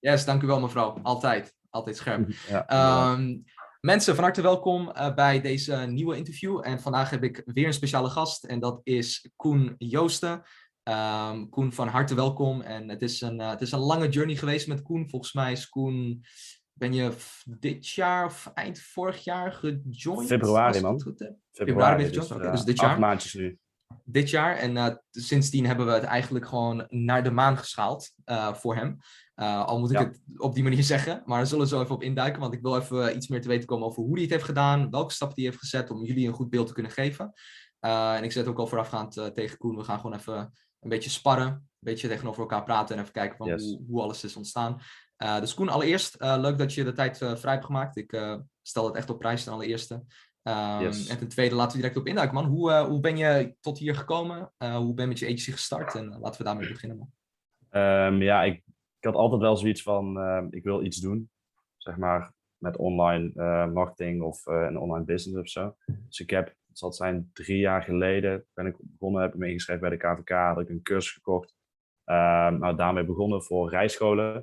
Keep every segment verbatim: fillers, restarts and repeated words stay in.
Yes, dank u wel mevrouw. Altijd. Altijd scherp. Ja, Um, mensen, van harte welkom uh, bij deze nieuwe interview. En vandaag heb ik weer een speciale gast. En dat is Koen Joosten. Um, Koen, van harte welkom. En het is, een, uh, het is een lange journey geweest met Koen. Volgens mij is Koen... Ben je dit jaar of eind vorig jaar gejoind? Februari, man. Goed heb? Februari, ben je dus, gejoind? Oké, uh, dus dit acht jaar. maandjes nu. Dit jaar. En uh, sindsdien hebben we het eigenlijk gewoon naar de maan geschaald uh, voor hem. Uh, al moet ik ja. het op die manier zeggen. Maar daar zullen we zo even op induiken. Want ik wil even iets meer te weten komen over hoe hij het heeft gedaan. Welke stappen hij heeft gezet om jullie een goed beeld te kunnen geven. Uh, en ik zet ook al voorafgaand uh, tegen Koen. We gaan gewoon even een beetje sparren. Een beetje tegenover elkaar praten. En even kijken van yes. hoe, hoe alles is ontstaan. Uh, dus Koen, allereerst uh, leuk dat je de tijd uh, vrij hebt gemaakt. Ik uh, stel het echt op prijs ten allereerste. Um, yes. En ten tweede, laten we direct op induiken, man. Hoe, uh, hoe ben je tot hier gekomen? Uh, hoe ben je met je agency gestart? En uh, laten we daarmee beginnen, man. Um, ja, ik, ik had altijd wel zoiets van, uh, ik wil iets doen. Zeg maar, met online uh, marketing of uh, een online business of zo. Dus ik heb, het zal zijn drie jaar geleden, ben ik begonnen, heb ik me ingeschreven bij de K V K, had ik een cursus gekocht. Um, nou, daarmee begonnen voor rijscholen.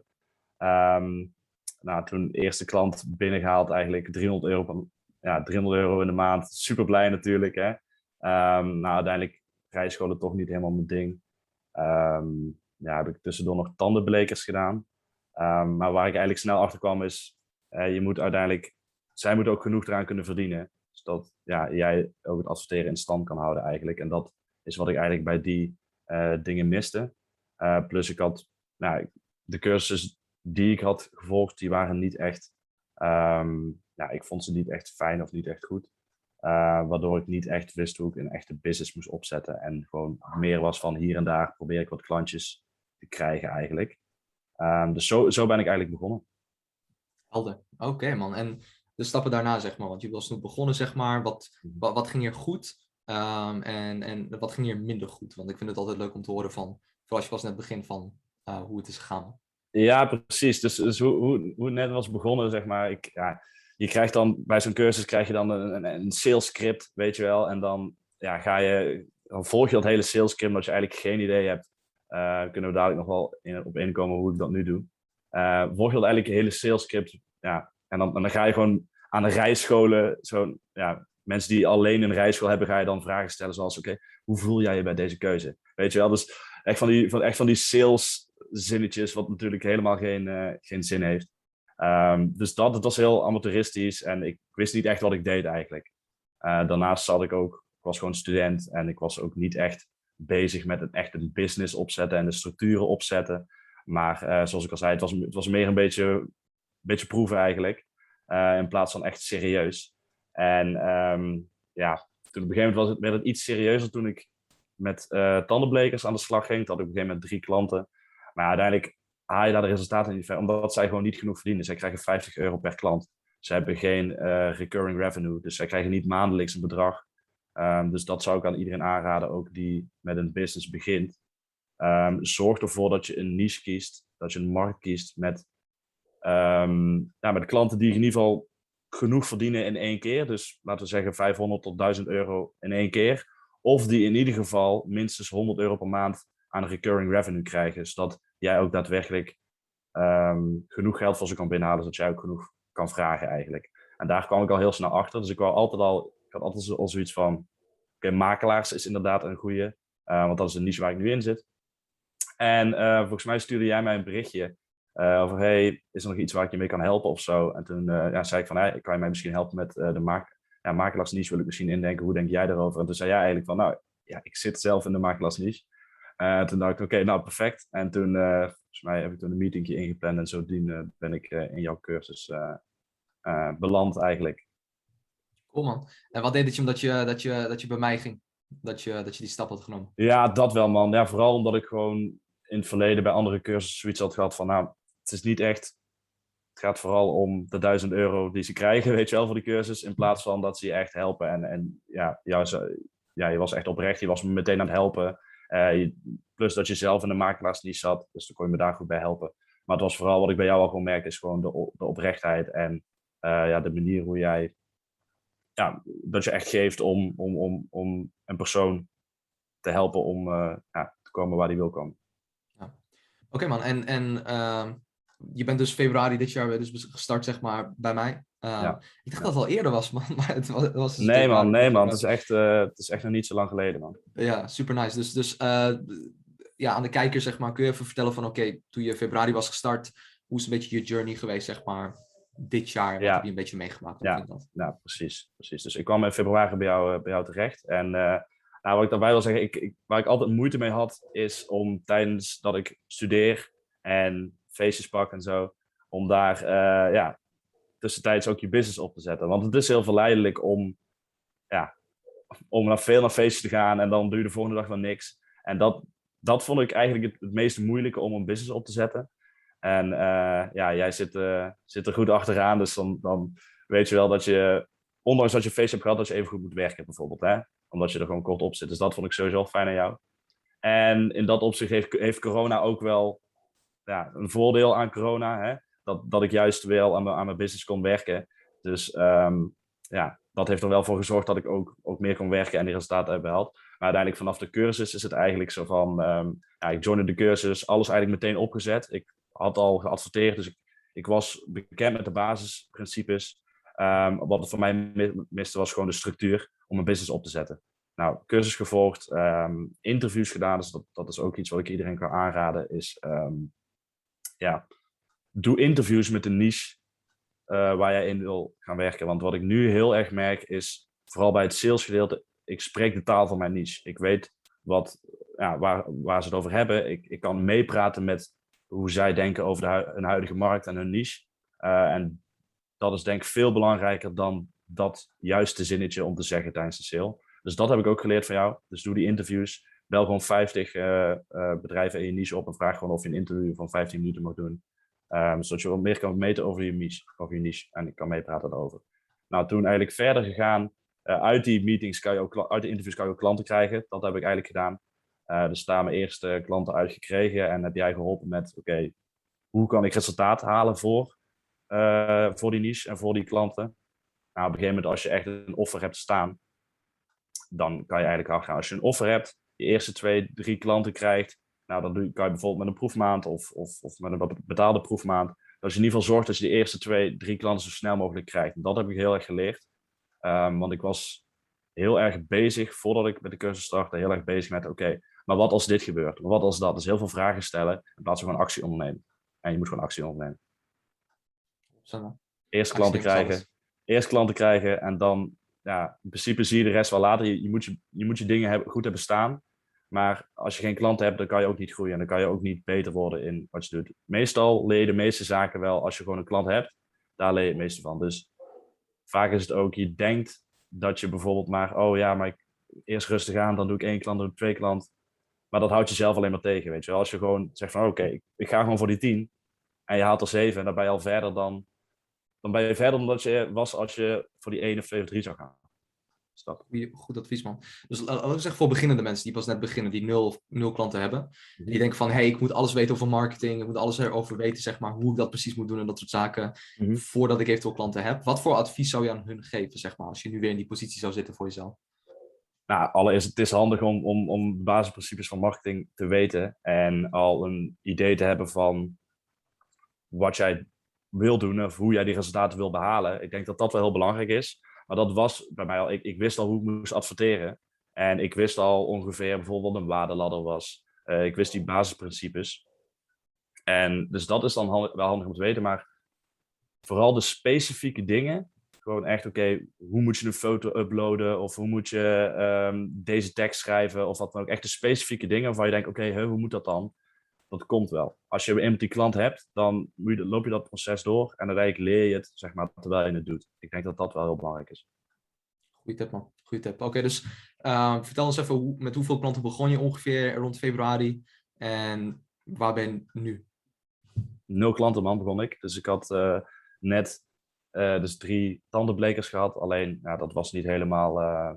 Um, nou, toen de eerste klant binnengehaald, eigenlijk driehonderd euro per Ja, driehonderd euro in de maand. Super blij natuurlijk. Hè? Um, nou, uiteindelijk rijscholen toch niet helemaal mijn ding. Um, ja, heb ik tussendoor nog tandenblekers gedaan. Um, maar waar ik eigenlijk snel achter kwam is, uh, je moet uiteindelijk, zij moeten ook genoeg eraan kunnen verdienen. Zodat ja, jij ook het adverteren in stand kan houden eigenlijk. En dat is wat ik eigenlijk bij die uh, dingen miste. Uh, plus ik had, nou, de cursussen die ik had gevolgd, die waren niet echt... Um, Ja, ik vond ze niet echt fijn of niet echt goed. Uh, waardoor ik niet echt wist hoe ik een echte business moest opzetten. En gewoon meer was van hier en daar probeer ik wat klantjes te krijgen eigenlijk. Um, dus zo, zo ben ik eigenlijk begonnen. Helder. Oké, okay, man. En de stappen daarna, zeg maar. Want je was toen begonnen, zeg maar. Wat, wat, wat ging hier goed? Um, en, en wat ging hier minder goed? Want ik vind het altijd leuk om te horen van... Vooral als je pas net begin van uh, hoe het is gegaan. Ja, precies. Dus, dus hoe, hoe, hoe het net was begonnen, zeg maar. Ik, ja, je krijgt dan bij zo'n cursus krijg je dan een, een, een sales script, weet je wel. En dan, ja, ga je, dan volg je dat hele sales script, omdat je eigenlijk geen idee hebt. Uh, kunnen we dadelijk nog wel in, op inkomen hoe ik dat nu doe. Uh, volg je dat eigenlijk een hele sales script. Ja, en, dan, en dan ga je gewoon aan de rijscholen, zo, ja, mensen die alleen een rijschool hebben, ga je dan vragen stellen zoals, oké, okay, hoe voel jij je bij deze keuze? Weet je wel, dus echt van die, van, echt van die sales zinnetjes, wat natuurlijk helemaal geen, uh, geen zin heeft. Um, dus dat, dat was heel amateuristisch en ik wist niet echt wat ik deed eigenlijk. Uh, daarnaast zat ik ook, ik was gewoon student en ik was ook niet echt bezig met een echt een business opzetten en de structuren opzetten. Maar uh, zoals ik al zei, het was, het was meer een beetje, een beetje proeven eigenlijk, uh, in plaats van echt serieus. En um, ja, toen op een gegeven moment was het, werd het iets serieuzer toen ik met uh, tandenblekers aan de slag ging. Toen had ik op een gegeven moment drie klanten. Maar uiteindelijk haal je daar de resultaten niet van, omdat zij gewoon niet genoeg verdienen. Zij krijgen vijftig euro per klant. Ze hebben geen uh, recurring revenue, dus zij krijgen niet maandelijks een bedrag. Um, dus dat zou ik aan iedereen aanraden, ook die met een business begint. Um, zorg ervoor dat je een niche kiest, dat je een markt kiest met, um, ja, met klanten die in ieder geval genoeg verdienen in één keer. Dus laten we zeggen vijfhonderd tot duizend euro in één keer. Of die in ieder geval minstens honderd euro per maand aan recurring revenue krijgen, zodat jij ook daadwerkelijk um, genoeg geld voor ze kan binnenhalen, zodat jij ook genoeg kan vragen eigenlijk. En daar kwam ik al heel snel achter. Dus ik wou altijd al, ik had altijd al zoiets van, oké, okay, makelaars is inderdaad een goede, uh, want dat is een niche waar ik nu in zit. En uh, volgens mij stuurde jij mij een berichtje uh, over, hey, is er nog iets waar ik je mee kan helpen of zo? En toen uh, ja, zei ik van, hey, kan je mij misschien helpen met uh, de maak ja, makelaarsniche, wil ik misschien indenken, hoe denk jij daarover? En toen zei jij eigenlijk van, nou, ja, ik zit zelf in de makelaarsniche. Uh, toen dacht ik, oké, okay, nou perfect. En toen, uh, volgens mij heb ik toen een meetingje ingepland en zodoende uh, ben ik uh, in jouw cursus uh, uh, beland eigenlijk. Cool man. En wat deed het je omdat je, dat je, dat je bij mij ging? Dat je, dat je die stap had genomen? Ja, dat wel man. Ja, vooral omdat ik gewoon in het verleden bij andere cursussen zoiets had gehad van, nou, het is niet echt... Het gaat vooral om de duizend euro die ze krijgen, weet je wel, voor die cursus. In plaats van dat ze je echt helpen. En, en ja, ja, ze, ja, je was echt oprecht. Je was me meteen aan het helpen. Uh, je, plus dat je zelf in de makelaarsniche zat. Dus dan kon je me daar goed bij helpen. Maar het was vooral wat ik bij jou al gewoon merk, is gewoon de, de oprechtheid. En uh, ja, de manier hoe jij... Ja, dat je echt geeft om, om, om, om een persoon te helpen om uh, ja, te komen waar die wil komen. Ja. Oké okay, man, en, en uh, je bent dus februari dit jaar dus gestart, zeg maar, bij mij. Uh, ja. Ik dacht ja. dat het al eerder was, man. Maar het was, het was dus nee, man, nee, man. Het is, echt, uh, het is echt nog niet zo lang geleden, man. Ja, super nice. Dus, dus uh, ja, aan de kijker, zeg maar, kun je even vertellen van, oké, okay, toen je februari was gestart, hoe is een beetje je journey geweest, zeg maar, dit jaar? Wat ja. heb je een beetje meegemaakt? Ja, dat? ja precies, precies. Dus ik kwam in februari bij jou, uh, bij jou terecht. En uh, nou, wat ik daarbij wil zeggen, ik, ik, waar ik altijd moeite mee had, is om tijdens dat ik studeer en feestjes pak en zo, om daar uh, ja, tussentijds ook je business op te zetten. Want het is heel verleidelijk om, ja, om naar veel naar feestjes te gaan en dan doe je de volgende dag wel niks. En dat, dat vond ik eigenlijk het, het meest moeilijke om een business op te zetten. En uh, ja, jij zit, uh, zit er goed achteraan, dus dan, dan weet je wel dat je, ondanks dat je feest hebt gehad, dat je even goed moet werken bijvoorbeeld. Hè? Omdat je er gewoon kort op zit. Dus dat vond ik sowieso fijn aan jou. En in dat opzicht heeft, heeft corona ook wel ja, een voordeel aan corona. Hè? Dat, dat ik juist wel aan mijn, aan mijn business kon werken. Dus um, ja, dat heeft er wel voor gezorgd dat ik ook, ook meer kon werken en die resultaten heb behaald. Maar uiteindelijk vanaf de cursus is het eigenlijk zo van, um, ja, ik joinde de cursus, alles eigenlijk meteen opgezet. Ik had al geadverteerd, dus ik, ik was bekend met de basisprincipes. Um, wat het voor mij miste was gewoon de structuur om een business op te zetten. Nou, cursus gevolgd, um, interviews gedaan, dus dat, dat is ook iets wat ik iedereen kan aanraden, is um, ja, doe interviews met een niche uh, waar jij in wil gaan werken. Want wat ik nu heel erg merk is, vooral bij het salesgedeelte, ik spreek de taal van mijn niche. Ik weet wat, ja, waar, waar ze het over hebben. Ik, ik kan meepraten met hoe zij denken over de hu- hun huidige markt en hun niche. Uh, en dat is denk ik veel belangrijker dan dat juiste zinnetje om te zeggen tijdens de sale. Dus dat heb ik ook geleerd van jou. Dus doe die interviews. Bel gewoon vijftig uh, uh, bedrijven in je niche op en vraag gewoon of je een interview van vijftien minuten mag doen. Um, zodat je wat meer kan meten over je niche. Over je niche en ik kan meepraten daarover. Nou, toen eigenlijk verder gegaan. Uh, uit die meetings kan je ook, uit de interviews kan je ook klanten krijgen. Dat heb ik eigenlijk gedaan. Uh, dus daar mijn eerste klanten uitgekregen. En heb jij geholpen met, oké, okay, hoe kan ik resultaat halen voor, uh, voor die niche en voor die klanten? Nou, op een gegeven moment als je echt een offer hebt staan, dan kan je eigenlijk hard gaan. Als je een offer hebt, je eerste twee, drie klanten krijgt, nou, dan kan je bijvoorbeeld met een proefmaand of, of, of met een betaalde proefmaand. Dat je in ieder geval zorgt dat je de eerste twee, drie klanten zo snel mogelijk krijgt. En dat heb ik heel erg geleerd. Um, want ik was heel erg bezig, voordat ik met de cursus startte, heel erg bezig met, oké, okay, maar wat als dit gebeurt? Maar wat als dat? Dus heel veel vragen stellen, in plaats van gewoon actie ondernemen. En je moet gewoon actie ondernemen. Zo. Eerst klanten krijgen, eerst klanten krijgen en dan, ja, in principe zie je de rest wel later. Je, je, moet, je, je moet je dingen hebben, goed hebben staan. Maar als je geen klanten hebt, dan kan je ook niet groeien. En dan kan je ook niet beter worden in wat je doet. Meestal leer je de meeste zaken wel als je gewoon een klant hebt. Daar leer je het meeste van. Dus vaak is het ook, je denkt dat je bijvoorbeeld maar, oh ja, maar ik, eerst rustig aan, dan doe ik één klant, dan doe ik twee klanten. Maar dat houdt je zelf alleen maar tegen, weet je wel. Als je gewoon zegt van, oké, okay, ik, ik ga gewoon voor die tien. En je haalt er zeven en dan ben je al verder dan, dan ben je verder dan dat je was als je voor die één of twee of drie zou gaan. Dat. Goed advies, man. Dus laten we zeggen voor beginnende mensen die pas net beginnen, die nul, nul klanten hebben. Mm-hmm. Die denken van, hé, hey, ik moet alles weten over marketing. Ik moet alles erover weten, zeg maar, hoe ik dat precies moet doen en dat soort zaken. Mm-hmm. Voordat ik eventueel klanten heb. Wat voor advies zou je aan hun geven, zeg maar, als je nu weer in die positie zou zitten voor jezelf? Nou, allereerst, het is handig om, om, om de basisprincipes van marketing te weten. En al een idee te hebben van wat jij wil doen of hoe jij die resultaten wil behalen. Ik denk dat dat wel heel belangrijk is. Maar dat was bij mij al, ik, ik wist al hoe ik moest adverteren. En ik wist al ongeveer bijvoorbeeld wat een waardeladder was. Uh, ik wist die basisprincipes. En dus dat is dan handig, wel handig om te weten. Maar vooral de specifieke dingen. Gewoon echt, oké, okay, hoe moet je een foto uploaden? Of hoe moet je um, deze tekst schrijven? Of wat dan ook. Echt de specifieke dingen waarvan je denkt, oké, okay, hoe moet dat dan? Dat komt wel. Als je eenmaal die klant hebt, dan loop je dat proces door. En uiteindelijk leer je het, zeg maar, terwijl je het doet. Ik denk dat dat wel heel belangrijk is. Goeie tip, man. Goeie tip. Oké, okay, dus uh, vertel ons even, hoe, met hoeveel klanten begon je ongeveer rond februari? En waar ben je nu? Nul klanten, man, begon ik. Dus ik had uh, net uh, dus drie tandenblekers gehad. Alleen, nou, dat was niet helemaal uh,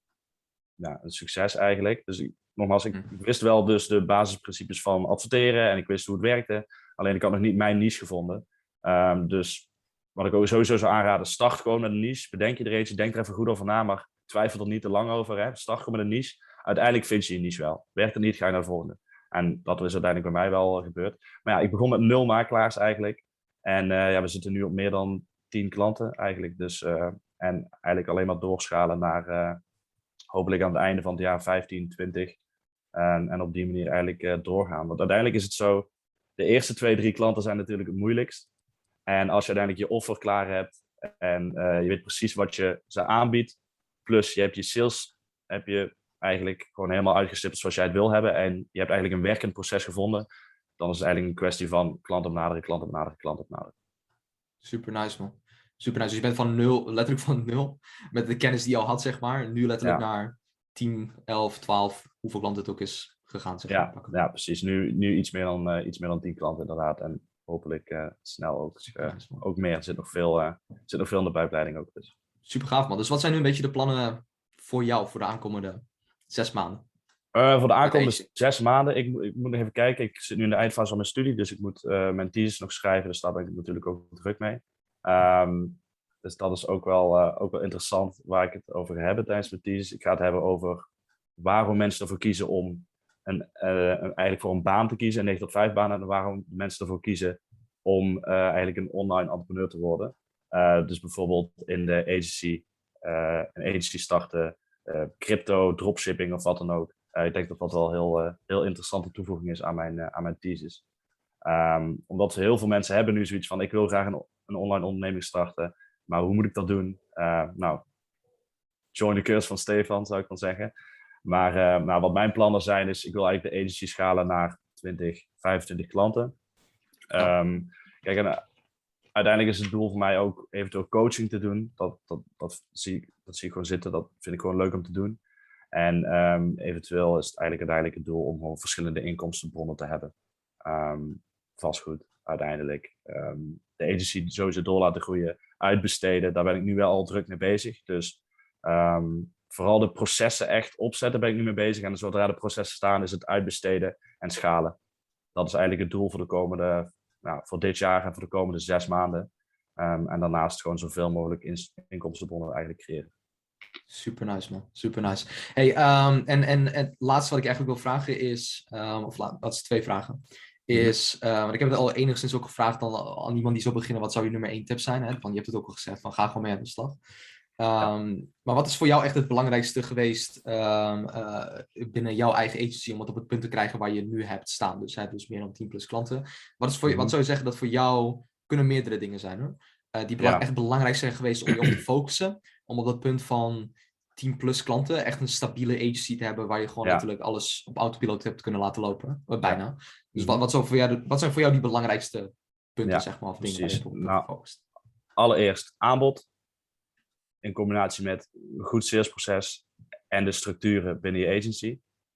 ja, een succes eigenlijk. Dus ik, nogmaals, ik, ik wist wel dus de basisprincipes van adverteren. En ik wist hoe het werkte. Alleen ik had nog niet mijn niche gevonden. Um, dus wat ik ook sowieso zou aanraden, start gewoon met een niche. Bedenk je er eentje, denk er even goed over na, maar twijfel er niet te lang over. Hè? Start gewoon met een niche. Uiteindelijk vind je je niche wel. Werkt het niet, ga je naar de volgende. En dat is uiteindelijk bij mij wel gebeurd. Maar ja, ik begon met nul makelaars eigenlijk. En uh, ja, we zitten nu op meer dan tien klanten eigenlijk. Dus, uh, en eigenlijk alleen maar doorschalen naar uh, hopelijk aan het einde van het jaar vijftien, twintig. En, en op die manier eigenlijk uh, doorgaan. Want uiteindelijk is het zo, de eerste twee, drie klanten zijn natuurlijk het moeilijkst. En als je uiteindelijk je offer klaar hebt en uh, je weet precies wat je ze aanbiedt, plus je hebt je sales, heb je eigenlijk gewoon helemaal uitgestippeld zoals jij het wil hebben en je hebt eigenlijk een werkend proces gevonden, dan is het eigenlijk een kwestie van klant opnaderen, klant opnaderen, klant opnaderen. Super nice, man. Super nice. Dus je bent van nul, letterlijk van nul, met de kennis die je al had, zeg maar, nu letterlijk ja. naar tien, elf, twaalf, hoeveel klanten het ook is gegaan, zeg ja, maar. Ja, precies. Nu, nu iets, meer dan, uh, iets meer dan tien klanten inderdaad. En hopelijk uh, snel ook, uh, nice, ook meer. Er zit nog veel, uh, zit nog veel in de pijpleiding ook. Dus. Super gaaf, man. Dus wat zijn nu een beetje de plannen voor jou voor de aankomende zes maanden? Uh, voor de aankomende zes maanden, ik, ik moet nog even kijken. Ik zit nu in de eindfase van mijn studie, dus ik moet uh, mijn thesis nog schrijven. Dus daar ben ik natuurlijk ook druk mee. Um, dus dat is ook wel, uh, ook wel interessant waar ik het over ga hebben tijdens mijn thesis. Ik ga het hebben over waarom mensen ervoor kiezen om een, uh, een, eigenlijk voor een baan te kiezen, een negen tot vijf baan, en waarom mensen ervoor kiezen om uh, eigenlijk een online entrepreneur te worden. Uh, dus bijvoorbeeld in de agency, uh, een agency starten, uh, crypto, dropshipping of wat dan ook. Uh, ik denk dat dat wel heel, uh, heel interessante toevoeging is aan mijn, uh, aan mijn thesis. Um, omdat heel veel mensen hebben nu zoiets van, ik wil graag een, een online onderneming starten, maar hoe moet ik dat doen? Uh, nou, join de cursus van Stefan, zou ik dan zeggen. Maar uh, nou, wat mijn plannen zijn, is ik wil eigenlijk de agency schalen naar twintig, vijfentwintig klanten. Um, kijk, en, uh, uiteindelijk is het doel voor mij ook eventueel coaching te doen. Dat, dat, dat, zie ik, dat zie ik gewoon zitten, dat vind ik gewoon leuk om te doen. En um, eventueel is het eigenlijk uiteindelijk het doel om gewoon verschillende inkomstenbronnen te hebben. Um, vastgoed, uiteindelijk. Um, de agency sowieso door laten groeien, uitbesteden, daar ben ik nu wel al druk mee bezig. Dus um, vooral de processen echt opzetten ben ik nu mee bezig. En zodra de processen staan, is het uitbesteden en schalen. Dat is eigenlijk het doel voor de komende, nou, voor dit jaar en voor de komende zes maanden. Um, en daarnaast gewoon zoveel mogelijk in, inkomstenbronnen eigenlijk creëren. Super nice, man. Super nice. Hey, um, en, en, en het laatste wat ik eigenlijk wil vragen is, um, of la- dat is twee vragen, is, uh, want ik heb het al enigszins ook gevraagd aan, aan iemand die zou beginnen, wat zou je nummer één tip zijn? Hè? Want je hebt het ook al gezegd, van ga gewoon mee aan de slag. Um, ja. Maar wat is voor jou echt het belangrijkste geweest um, uh, binnen jouw eigen agency om het op het punt te krijgen waar je nu hebt staan? Dus, hè, dus meer dan tien plus klanten. Wat, is voor, mm-hmm. wat zou je zeggen dat voor jou kunnen meerdere dingen zijn, hoor? Uh, die belang- ja. echt belangrijk zijn geweest om je op te focussen. Om op dat punt van tien plus klanten echt een stabiele agency te hebben waar je gewoon ja. natuurlijk alles op autopiloot hebt kunnen laten lopen. Bijna. Ja. Dus wat, wat, voor jou de, wat zijn voor jou die belangrijkste punten, ja, zeg maar, of dingen waar je op, op nou, gefocust? Allereerst aanbod. In combinatie met een goed salesproces en de structuren binnen je agency.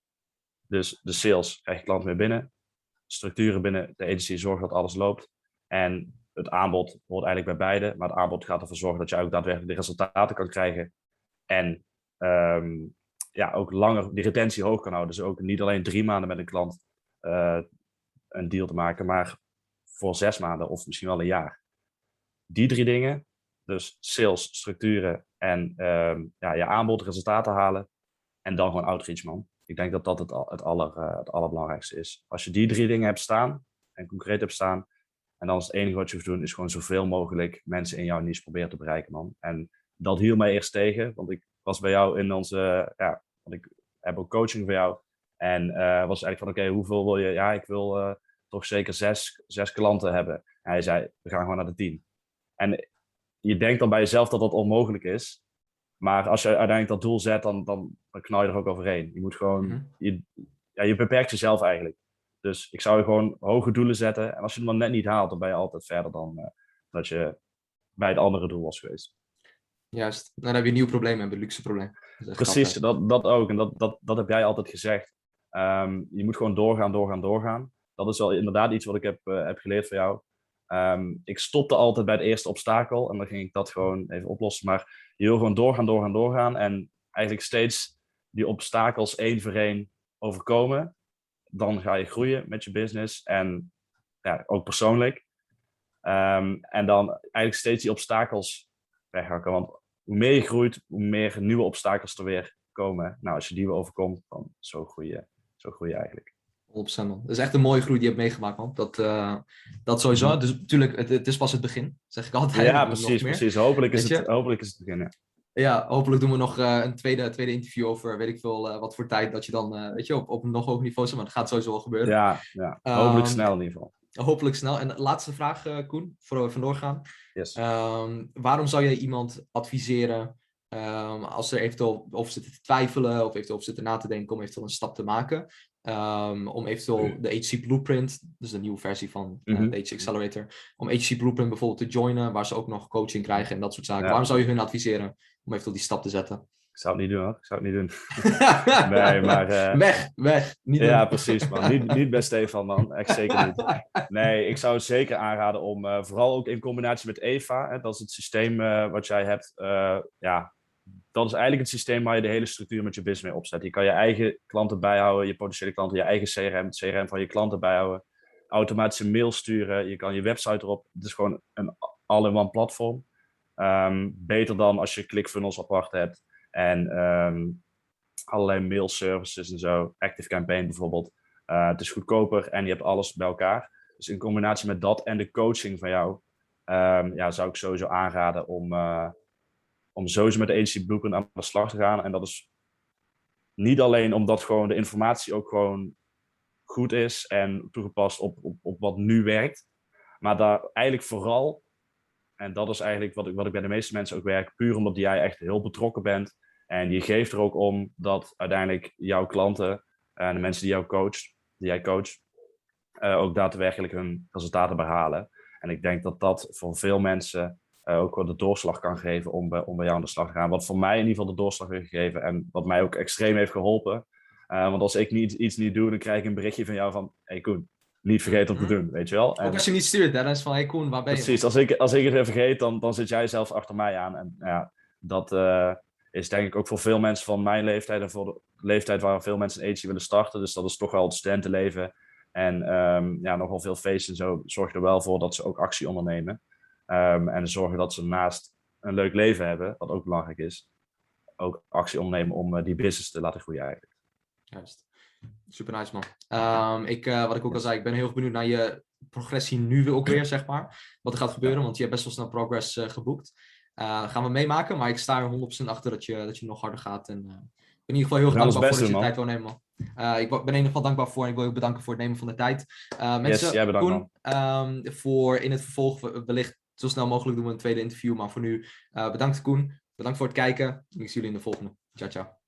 Dus de sales krijg je klanten mee binnen. Structuren binnen de agency zorgen dat alles loopt. En het aanbod hoort eigenlijk bij beide. Maar het aanbod gaat ervoor zorgen dat je ook daadwerkelijk de resultaten kan krijgen. En um, ja, ook langer die retentie hoog kan houden. Dus ook niet alleen drie maanden met een klant uh, een deal te maken, maar voor zes maanden of misschien wel een jaar. Die drie dingen, dus sales, structuren en um, ja, je aanbod, resultaten halen. En dan gewoon outreach, man. Ik denk dat dat het, het, aller, uh, het allerbelangrijkste is. Als je die drie dingen hebt staan en concreet hebt staan, en dan is het enige wat je hoeft te doen, is gewoon zoveel mogelijk mensen in jouw niche proberen te bereiken, man. En dat hield mij eerst tegen, want ik was bij jou in onze, uh, ja, want ik heb ook coaching voor jou. En uh, was eigenlijk van, oké, okay, hoeveel wil je? Ja, ik wil uh, toch zeker zes, zes klanten hebben. En hij zei, we gaan gewoon naar de tien. En je denkt dan bij jezelf dat dat onmogelijk is. Maar als je uiteindelijk dat doel zet, dan, dan, dan knal je er ook overheen. Je moet gewoon, mm-hmm. je, ja, je beperkt jezelf eigenlijk. Dus ik zou je gewoon hoge doelen zetten. En als je hem dan net niet haalt, dan ben je altijd verder dan uh, dat je bij het andere doel was geweest. Juist. Nou, dan heb je een nieuw probleem, een luxe probleem. Dat Precies, dat, dat ook. En dat, dat, dat heb jij altijd gezegd. Um, je moet gewoon doorgaan, doorgaan, doorgaan. Dat is wel inderdaad iets wat ik heb, uh, heb geleerd van jou. Um, ik stopte altijd bij het eerste obstakel en dan ging ik dat gewoon even oplossen. Maar je wil gewoon doorgaan, doorgaan, doorgaan. En eigenlijk steeds die obstakels één voor één overkomen. Dan ga je groeien met je business en ja, ook persoonlijk. Um, en dan eigenlijk steeds die obstakels weghakken. Want hoe meer je groeit, hoe meer nieuwe obstakels er weer komen. Nou, als je die weer overkomt, dan zo groei je, zo groei je eigenlijk. honderd procent man. Dat is echt een mooie groei die je hebt meegemaakt, man. Dat, uh, dat sowieso. Mm-hmm. Dus natuurlijk, het, het is pas het begin. Zeg ik altijd. Ja, precies, precies. Hopelijk is, het, hopelijk is het begin, ja. Ja, hopelijk doen we nog uh, een tweede, tweede interview over, weet ik veel, uh, wat voor tijd dat je dan, uh, weet je, op, op een nog hoger niveau zit. Maar dat gaat sowieso wel gebeuren. Ja, ja. hopelijk um, snel in ieder geval. Hopelijk snel. En laatste vraag, uh, Koen, voor we vandoor gaan. Yes. Um, waarom zou jij iemand adviseren, um, als er eventueel over zitten te twijfelen, of eventueel over zitten na te denken om eventueel een stap te maken, um, om eventueel de H C Blueprint, dus de nieuwe versie van uh, mm-hmm. de H C Accelerator, om H C Blueprint bijvoorbeeld te joinen, waar ze ook nog coaching krijgen en dat soort zaken. Ja. Waarom zou je hun adviseren om eventueel die stap te zetten? Ik zou het niet doen, hoor. Ik zou het niet doen. nee, maar... Uh... Weg, weg. Niet ja, doen. precies, man. Niet, niet bij Stefan, man. Echt zeker niet. Nee, ik zou het zeker aanraden om, uh, vooral ook in combinatie met Eva, hè, dat is het systeem uh, wat jij hebt. Uh, ja, dat is eigenlijk het systeem waar je de hele structuur met je business mee opzet. Je kan je eigen klanten bijhouden, je potentiële klanten, je eigen C R M, het C R M van je klanten bijhouden. Automatische mail sturen, je kan je website erop. Het is gewoon een all-in-one platform. Um, beter dan als je ClickFunnels apart hebt. En um, allerlei mail services en zo. ActiveCampaign bijvoorbeeld. Uh, het is goedkoper en je hebt alles bij elkaar. Dus in combinatie met dat en de coaching van jou... Um, ja, zou ik sowieso aanraden om, uh, om sowieso met de Agency Blueprint aan de slag te gaan. En dat is niet alleen omdat gewoon de informatie ook gewoon goed is en toegepast op, op, op wat nu werkt. Maar daar eigenlijk vooral... En dat is eigenlijk wat ik, wat ik bij de meeste mensen ook werk. Puur omdat jij echt heel betrokken bent. En je geeft er ook om dat uiteindelijk jouw klanten en de mensen die jou coacht, die jij coacht, uh, ook daadwerkelijk hun resultaten behalen. En ik denk dat dat voor veel mensen uh, ook wel de doorslag kan geven om, bij, om bij jou aan de slag te gaan. Wat voor mij in ieder geval de doorslag heeft gegeven en wat mij ook extreem heeft geholpen. Uh, want als ik niet, iets niet doe, dan krijg ik een berichtje van jou van, hey Koen, niet vergeten om te doen, weet je wel. En, ook als je niet stuurt, hè, dan is van, hey Koen, waar ben je? Precies, als ik, als ik het weer vergeet, dan, dan zit jij zelf achter mij aan. En ja, dat uh, is denk ik ook voor veel mensen van mijn leeftijd en voor de leeftijd waar veel mensen een agency willen starten. Dus dat is toch wel het studentenleven. En um, ja, nogal veel feesten en zo zorg er wel voor dat ze ook actie ondernemen. Um, en zorgen dat ze naast een leuk leven hebben, wat ook belangrijk is, ook actie ondernemen om uh, die business te laten groeien eigenlijk. Juist. Super nice, man. Um, ik, uh, wat ik ook al zei, ik ben heel erg benieuwd naar je progressie nu ook weer, zeg maar. Wat er gaat gebeuren, want je hebt best wel snel progress uh, geboekt. Uh, gaan we meemaken, maar ik sta er honderd procent achter dat je, dat je nog harder gaat. En uh, ik ben in ieder geval heel erg dankbaar voor dat je de tijd wil nemen, man. Uh, ik ben in ieder geval dankbaar voor en ik wil je ook bedanken voor het nemen van de tijd. Uh, mensen, yes, jij bedankt, Koen, um, voor in het vervolg wellicht zo snel mogelijk doen we een tweede interview. Maar voor nu, uh, bedankt Koen. Bedankt voor het kijken. Ik zie jullie in de volgende. Ciao, ciao.